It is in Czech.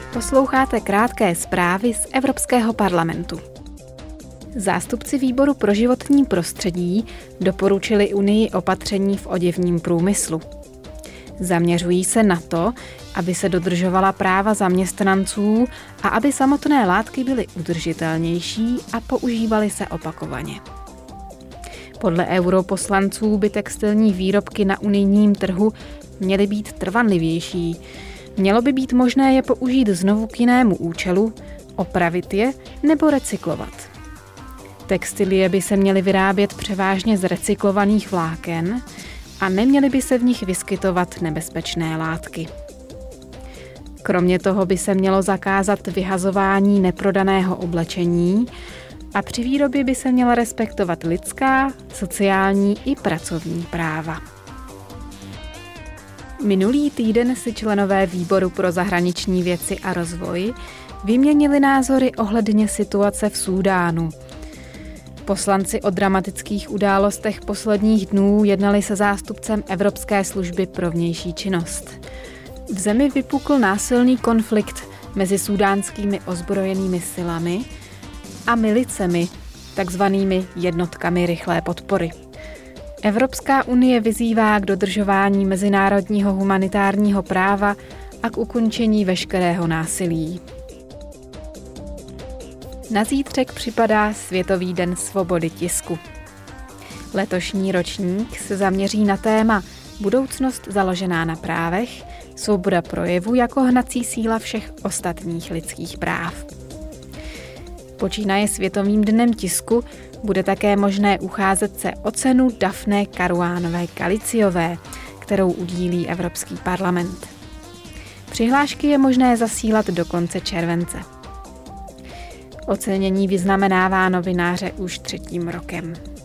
Posloucháte krátké zprávy z Evropského parlamentu. Zástupci výboru pro životní prostředí doporučili Unii opatření v oděvním průmyslu. Zaměřují se na to, aby se dodržovala práva zaměstnanců a aby samotné látky byly udržitelnější a používaly se opakovaně. Podle europoslanců by textilní výrobky na unijním trhu měly být trvanlivější. Mělo by být možné je použít znovu k jinému účelu, opravit je nebo recyklovat. Textilie by se měly vyrábět převážně z recyklovaných vláken a neměly by se v nich vyskytovat nebezpečné látky. Kromě toho by se mělo zakázat vyhazování neprodaného oblečení a při výrobě by se měla respektovat lidská, sociální i pracovní práva. Minulý týden si členové výboru pro zahraniční věci a rozvoj vyměnili názory ohledně situace v Súdánu. Poslanci o dramatických událostech posledních dnů jednali se zástupcem Evropské služby pro vnější činnost. V zemi vypukl násilný konflikt mezi súdánskými ozbrojenými silami a milicemi, takzvanými jednotkami rychlé podpory. Evropská unie vyzývá k dodržování mezinárodního humanitárního práva a k ukončení veškerého násilí. Na zítřek připadá Světový den svobody tisku. Letošní ročník se zaměří na téma Budoucnost založená na právech, svoboda projevu jako hnací síla všech ostatních lidských práv. Počínaje Světovým dnem tisku bude také možné ucházet se o cenu Daphné Caruanové Galiciové, kterou udílí Evropský parlament. Přihlášky je možné zasílat do konce července. Ocenění vyznamenává novináře už 3. rokem.